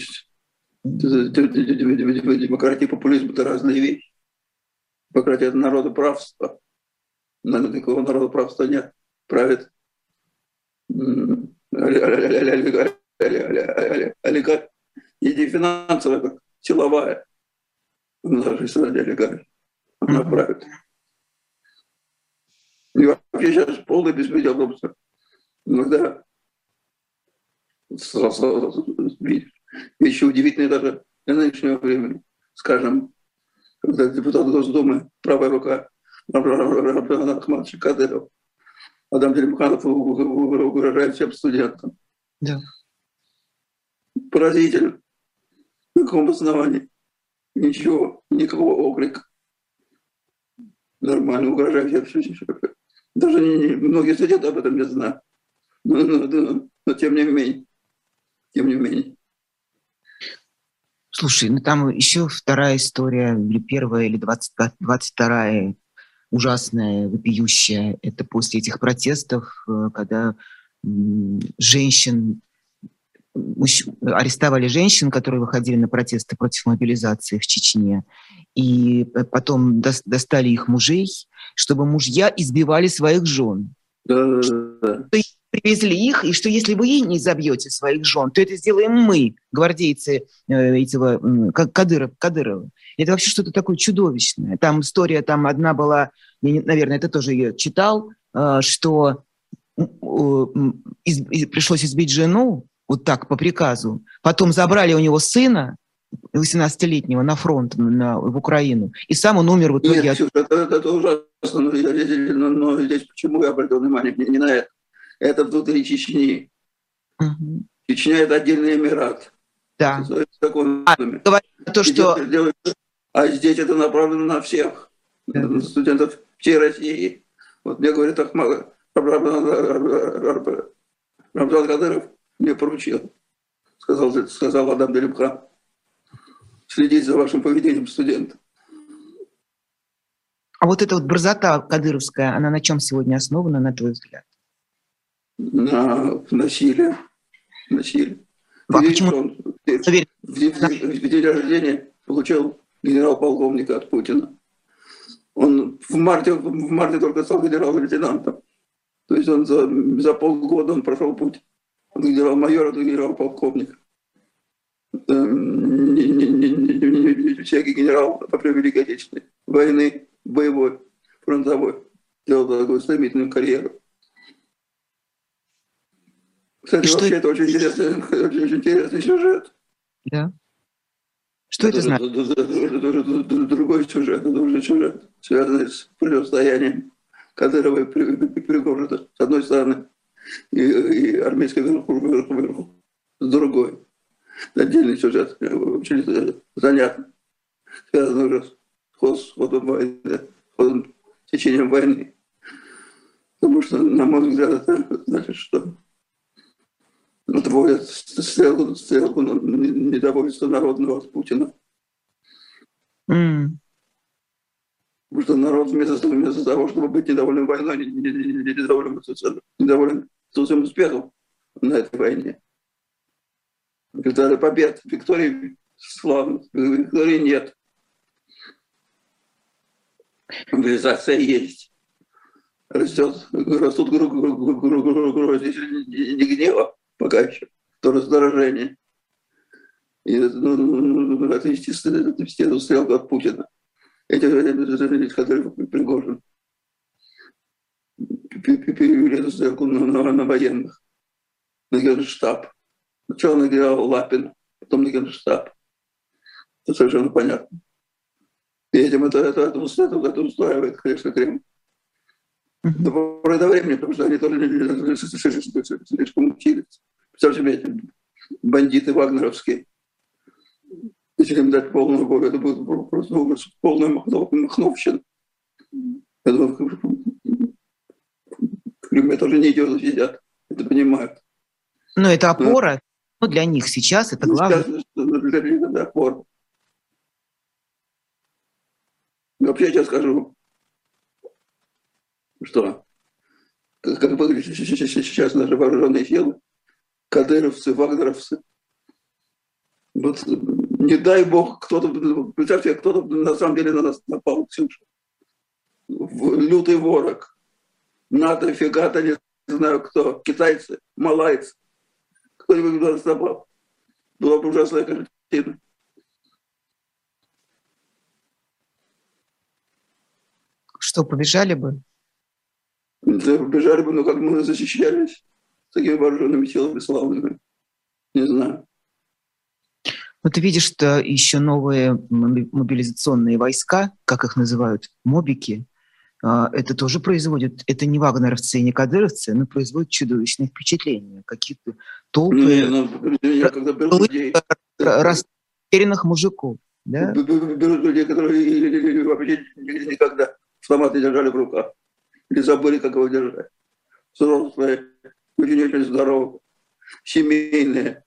Speaker 2: Демократия и популизм – это разные вещи. Демократия – это народоправство. Такого народоправства нет. правит олигарх, не финансовая, как силовая в нашей стране олигарх. Она правит. И вообще сейчас полный беспредел. Иногда вещи удивительные даже для нынешнего времени. Скажем, когда депутат Госдумы, правая рука Ахмадовича Кадыров, Адам Делимханов угрожает всем студентам.
Speaker 1: Да.
Speaker 2: Поразительно. На каком основании? Ничего, никакого окрика. Нормально, угрожает всем. Даже многие студенты об этом не знают. Но тем не менее. Тем не менее.
Speaker 1: Слушай, ну там еще вторая история, или первая, или 22-я, ужасная, вопиющая. Это после этих протестов, когда арестовали женщин, которые выходили на протесты против мобилизации в Чечне, и потом достали их мужей, чтобы мужья избивали своих жен.
Speaker 2: Да.
Speaker 1: Привезли их, и что если вы не забьете своих жен, то это сделаем мы, гвардейцы этого Кадырова. Это вообще что-то такое чудовищное. Там история, там одна была, наверное, ты тоже ее читал, что пришлось избить жену, вот так, по приказу. Потом забрали у него сына, 18-летнего, на фронт, в Украину. И сам он умер в итоге.
Speaker 2: Нет, это ужасно. Но здесь почему я обратил внимание не на это? Это внутри Чечни. Угу. Чечня – это отдельный эмират.
Speaker 1: Да.
Speaker 2: А здесь это направлено на всех. Да. Студентов всей России. Вот мне говорит Рамзан Кадыров, мне поручил. Сказал Адам Делимхан. Следить за вашим поведением студентов.
Speaker 1: А вот эта вот борзота кадыровская, она на чем сегодня основана, на твой взгляд?
Speaker 2: На насилии.
Speaker 1: А почему?
Speaker 2: Он в день рождения получил генерал-полковника от Путина. Он в марте только стал генерал-лейтенантом. То есть он за полгода он прошел путь от генерал-майора до генерал-полковника. Не всякий генерал по Великой Отечественной войны, боевой, фронтовой, делал такую стремительную карьеру. Кстати, вообще это очень интересный сюжет.
Speaker 1: Да. Что это значит?
Speaker 2: Это другой сюжет, это уже сюжет, связанный с противостоянием Кадырова и Пригожина, с одной стороны, и армейской верху, с другой. Отдельный сюжет, очень занятный, связанный уже с ходом течением войны. Потому что, на мой взгляд, это значит, что отводят стрелку на недовольство народного от Путина. Потому что народ вместо того, чтобы быть недовольным войной, недоволен своим успехом на этой войне. Когда побед, виктории славных, виктории нет. Мобилизация есть. Растут грозди не гнева пока еще, то раздражение. И это естественно, это стену стрелку от Путина. Эти, которые Пригожин, перевели эту стрелку на военных, на генштаб. Сначала на генерала Лапина, потом на генштаб. Это совершенно понятно. И этим это устраивает, конечно, Кремль. До поры до времени, потому что они тоже слишком учились. Представьте себе, эти бандиты вагнеровские. Если им дать полную волю, это будет просто полная махновщина. Я думаю, в Кремле тоже не идиоты сидят, это понимают.
Speaker 1: Но это опора, но для них сейчас это главное.
Speaker 2: Для них это опора. Вообще я тебе скажу, что как выглядят сейчас наши вооруженные силы, кадыровцы, вагнеровцы. Вот, не дай бог, представьте, кто-то на самом деле на нас напал, Ксюша. Лютый ворог. НАТО, фигата, не знаю кто, китайцы, малайцы. Кто-нибудь туда напал. Была бы ужасная картина.
Speaker 1: Что, побежали бы?
Speaker 2: Да, побежали бы, но как мы защищались с такими вооруженными силами славными. Не знаю.
Speaker 1: Но ты видишь, что еще новые мобилизационные войска, как их называют, мобики, это тоже производит, это не вагнеровцы и не кадыровцы, но производит чудовищное впечатление. Какие-то толпы растерянных мужиков. Да?
Speaker 2: Берут людей, которые вообще никогда автомат не держали в руках. Или забыли, как его держать. Взрослые, очень-очень здоровые, семейные,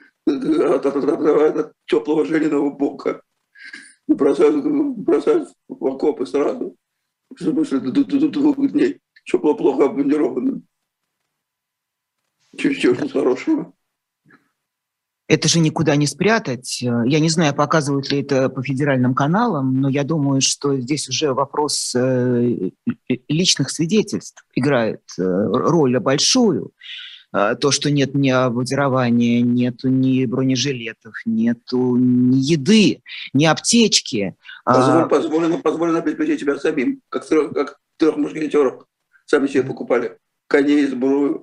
Speaker 2: от теплого железного бока. Бросают в окопы сразу. После 2 дней. Что было плохо обмундированным. Чуть-чуть хорошего.
Speaker 1: Это же никуда не спрятать. Я не знаю, показывают ли это по федеральным каналам, но я думаю, что здесь уже вопрос личных свидетельств играет роль большую. То, что нет ни обмундирования, нет ни бронежилетов, нет ни еды, ни аптечки.
Speaker 2: Позволено обеспечить себя самим, как 3 мушкетеров. Сами себе покупали коней, сбрую.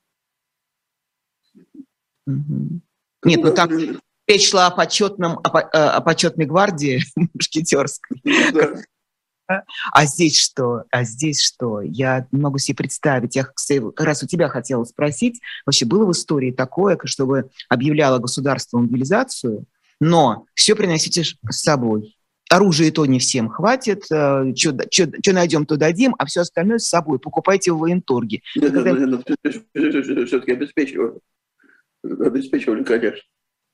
Speaker 1: Нет, ну там речь шла о почетной гвардии мушкетерской.
Speaker 2: Да.
Speaker 1: А здесь что? Я не могу себе представить. Я как раз у тебя хотела спросить, вообще было в истории такое, чтобы объявляло государство мобилизацию, но все приносите с собой. Оружие и то не всем хватит, что найдем, то дадим, а все остальное с собой. Покупайте в военторге.
Speaker 2: Все-таки обеспечивали. Обеспечивали, конечно.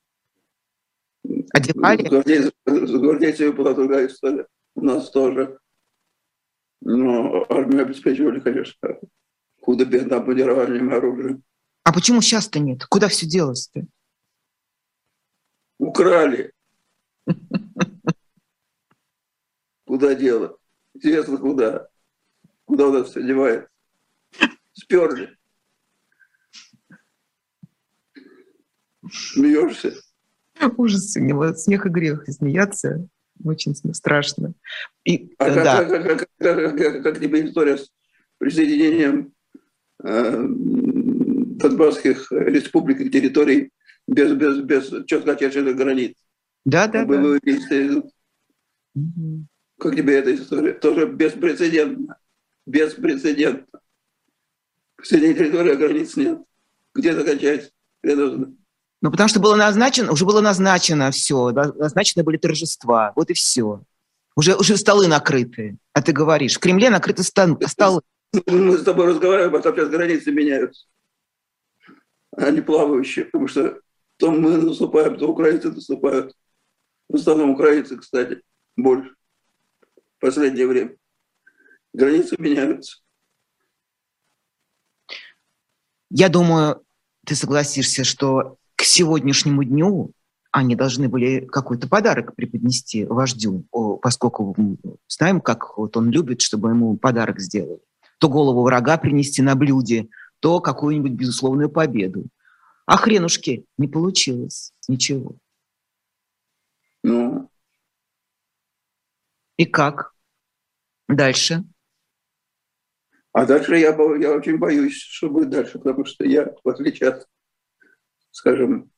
Speaker 1: Одевали?
Speaker 2: С гвардейцами была другая история. У нас тоже. Но армию обеспечивали, конечно, худо-бедно обмундированием оружия.
Speaker 1: А почему сейчас-то нет? Куда все делось-то?
Speaker 2: Украли. Куда дело? Интересно, куда? Куда у нас все девается? Сперли. Смеешься?
Speaker 1: Ужас, у него смех и грех. Смеяться очень страшно.
Speaker 2: Как тебе история с присоединением Донбасских республик и территорий без четко очерченных границ?
Speaker 1: Да.
Speaker 2: Как тебе эта история? Тоже беспрецедентно. Беспрецедентно. Среди территории границ нет. Где это кончается?
Speaker 1: Ну, потому что уже было назначено все. Назначены были торжества. Вот и все. Уже столы накрыты. А ты говоришь, в Кремле накрыты столы.
Speaker 2: Мы с тобой разговариваем, а там сейчас границы меняются. Они плавающие, потому что то мы наступаем, то украинцы наступают. В основном украинцы, кстати, больше. В последнее время. Границы меняются.
Speaker 1: Я думаю, ты согласишься, что к сегодняшнему дню они должны были какой-то подарок преподнести вождю, поскольку знаем, как вот он любит, чтобы ему подарок сделали. То голову врага принести на блюде, то какую-нибудь безусловную победу. А хренушки, не получилось ничего.
Speaker 2: Ну.
Speaker 1: И как? Дальше?
Speaker 2: А дальше я очень боюсь, что будет дальше, потому что я, в отличие от, скажем,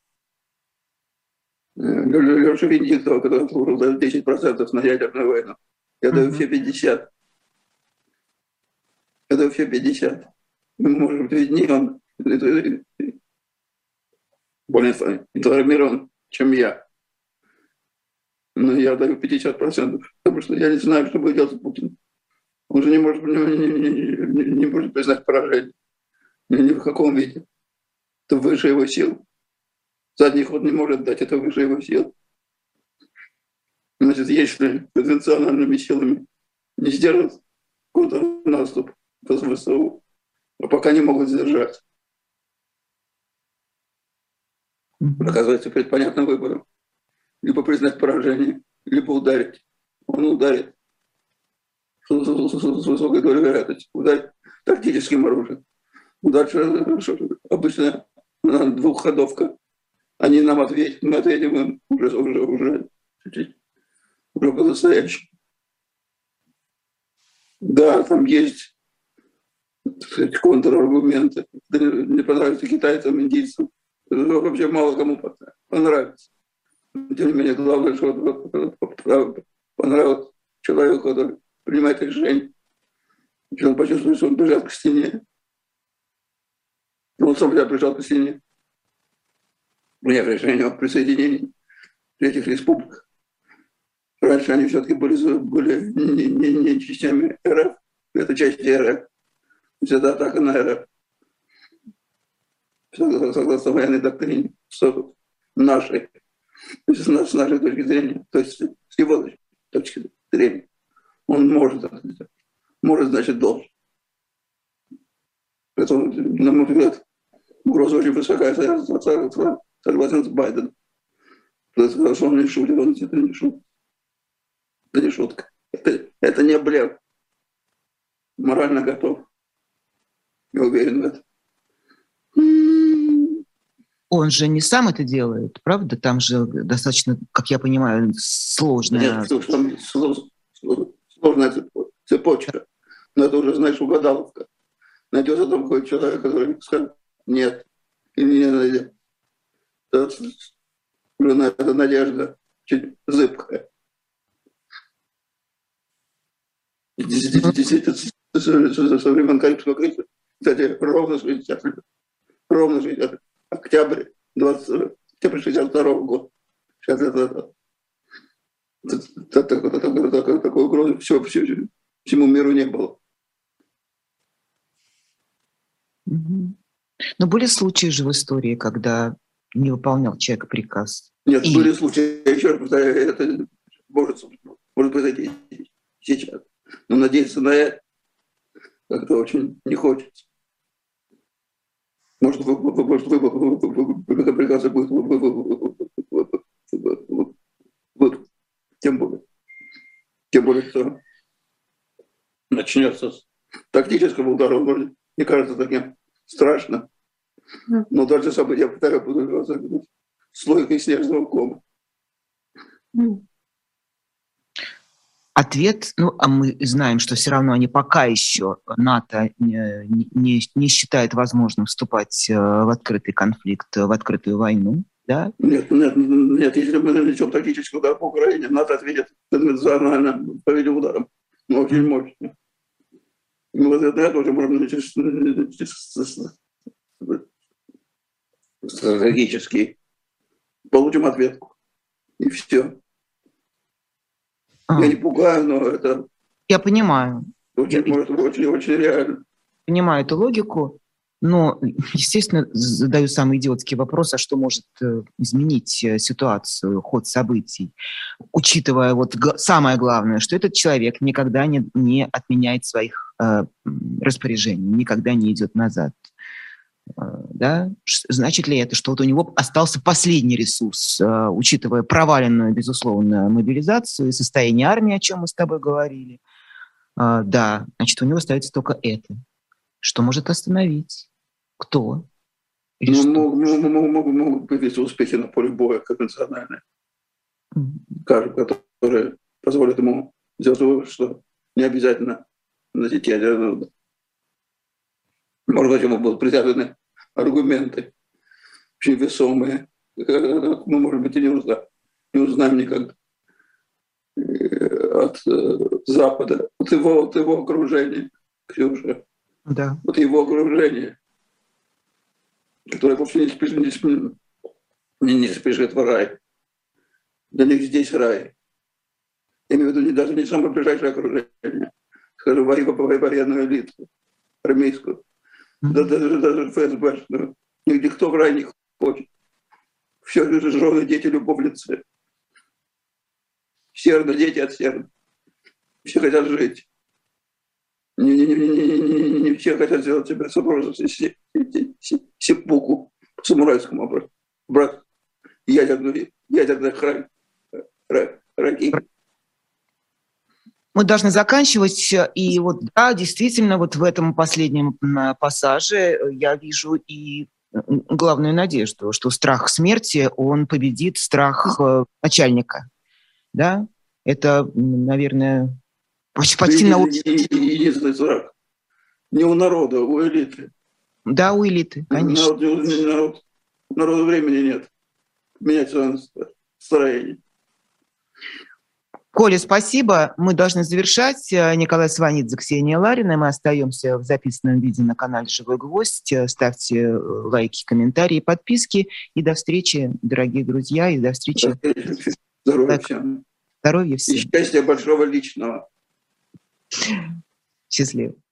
Speaker 2: Леши Венедиктова, который служил даже 10% на ядерную войну, я даю все 50. Я даю все 50. Может быть, виднее он более информирован, чем я. Но я даю 50%, потому что я не знаю, что будет делать Путин. Он же не может признать поражение. Ни в каком виде. Это выше его сил. Задний ход не может дать, это выше его сил. Значит, если конвенциональными силами не сдержат контрнаступ ВСУ, а пока не могут сдержать. Оказывается, перед понятным выбором. Либо признать поражение, либо ударить. Он ударит. С высокой долей вероятности. Ударить. тактическим оружием. Дальше обычно двухходовка. Они нам ответят, мы ответим им уже по-настоящему. Да, там есть, так сказать, контраргументы. Не понравится китайцам, индийцам. Вообще мало кому понравится. Тем не менее, главное, что понравилось человеку, который принимает решение. И он почувствует, что он прижат к стене. Он сам себя прижал к стене. Приняв решение о присоединении этих республик. Раньше они все-таки были не частями РФ, это части РФ. Это атака на РФ. Согласно военной доктрине, нашей, с нашей точки зрения, то есть с его точки зрения. Он может, значит, должен. Поэтому, на мой взгляд, угроза очень высокая, согласен с Байденом. Что он не шутит, это не шутка. Это не шутка. Это не блеф. Морально готов. Я уверен в этом.
Speaker 1: Он же не сам это делает, правда? Там же достаточно, как я понимаю, сложная...
Speaker 2: Нет, сложная цепочка. Но это уже, знаешь, угадаловка. Найдется там какой-то человек, который скажет нет. Или не найдет. Это надежда чуть зыбкая. Действительно, со времен Карибского кризиса, кстати, ровно 60 лет. Ровно 60 лет. Октябрь 62 года. 60 лет назад. Такой угрозы всему миру не было.
Speaker 1: Но были случаи же в истории, когда не выполнял человек приказ.
Speaker 2: Нет, были случаи, я еще раз повторяю, это может произойти сейчас. Но надеяться на это как-то очень не хочется. Может, приказы будет тем более, что начнется с тактического удара, вроде не кажется таким страшно. Но дальше события, я повторяю, будут слойкой снежного кома.
Speaker 1: Ответ, а мы знаем, что все равно они пока еще, НАТО не считает возможным вступать в открытый конфликт, в открытую войну, да?
Speaker 2: Нет, если мы нанесем тактический удар по Украине, НАТО ответит конвенционально по видеоударам, но очень мощно. И мы в ответ на это уже можем нанести стратегический, получим ответку, и все. Я не пугаю, но это...
Speaker 1: Я понимаю.
Speaker 2: Очень реально.
Speaker 1: Понимаю эту логику, но, естественно, задаю самый идиотский вопрос, а что может изменить ситуацию, ход событий, учитывая самое главное, что этот человек никогда не отменяет своих распоряжений, никогда не идет назад. Да? Значит ли это, что у него остался последний ресурс, учитывая проваленную, безусловно, мобилизацию и состояние армии, о чем мы с тобой говорили? Да, значит, у него остается только это. Что может остановить? Кто?
Speaker 2: Могут появиться успехи на поле боя конвенциональные, которые позволят ему сделать вывод, что не обязательно носить ядерный удар. Может быть, ему будут предъявлены аргументы очень весомые. Мы, может быть, и не узнаем никогда от Запада, от его окружения, Ксюша.
Speaker 1: Да.
Speaker 2: Вот его окружение, которое вообще не спешит в рай. Для них здесь рай. Я имею в виду даже не самое ближайшее окружение, скажем, военную элиту, армейскую. Даже ФСБ, никто в рай не хочет. Все жены, дети, любовницы. Серно, дети от серна. Все хотят жить. Не все хотят сделать себе супружество, сеппуку по самурайскому образу. Брат, ядерных ракет.
Speaker 1: Мы должны заканчивать. И вот, да, действительно, вот в этом последнем пассаже я вижу и главную надежду, что страх смерти, он победит страх начальника. Да? Это, наверное, почти на уровне.
Speaker 2: Единственный страх. Не у народа, а у элиты.
Speaker 1: Да, у элиты, конечно.
Speaker 2: Народу времени нет. Менять свое строение.
Speaker 1: Коля, спасибо. Мы должны завершать. Николай Сванидзе, Ксения Ларина. Мы остаемся в записанном виде на канале «Живой гвоздь». Ставьте лайки, комментарии, подписки. И до встречи, дорогие друзья. И до встречи.
Speaker 2: Здоровья всем.
Speaker 1: Здоровья всем.
Speaker 2: И счастья большого личного.
Speaker 1: Счастливо.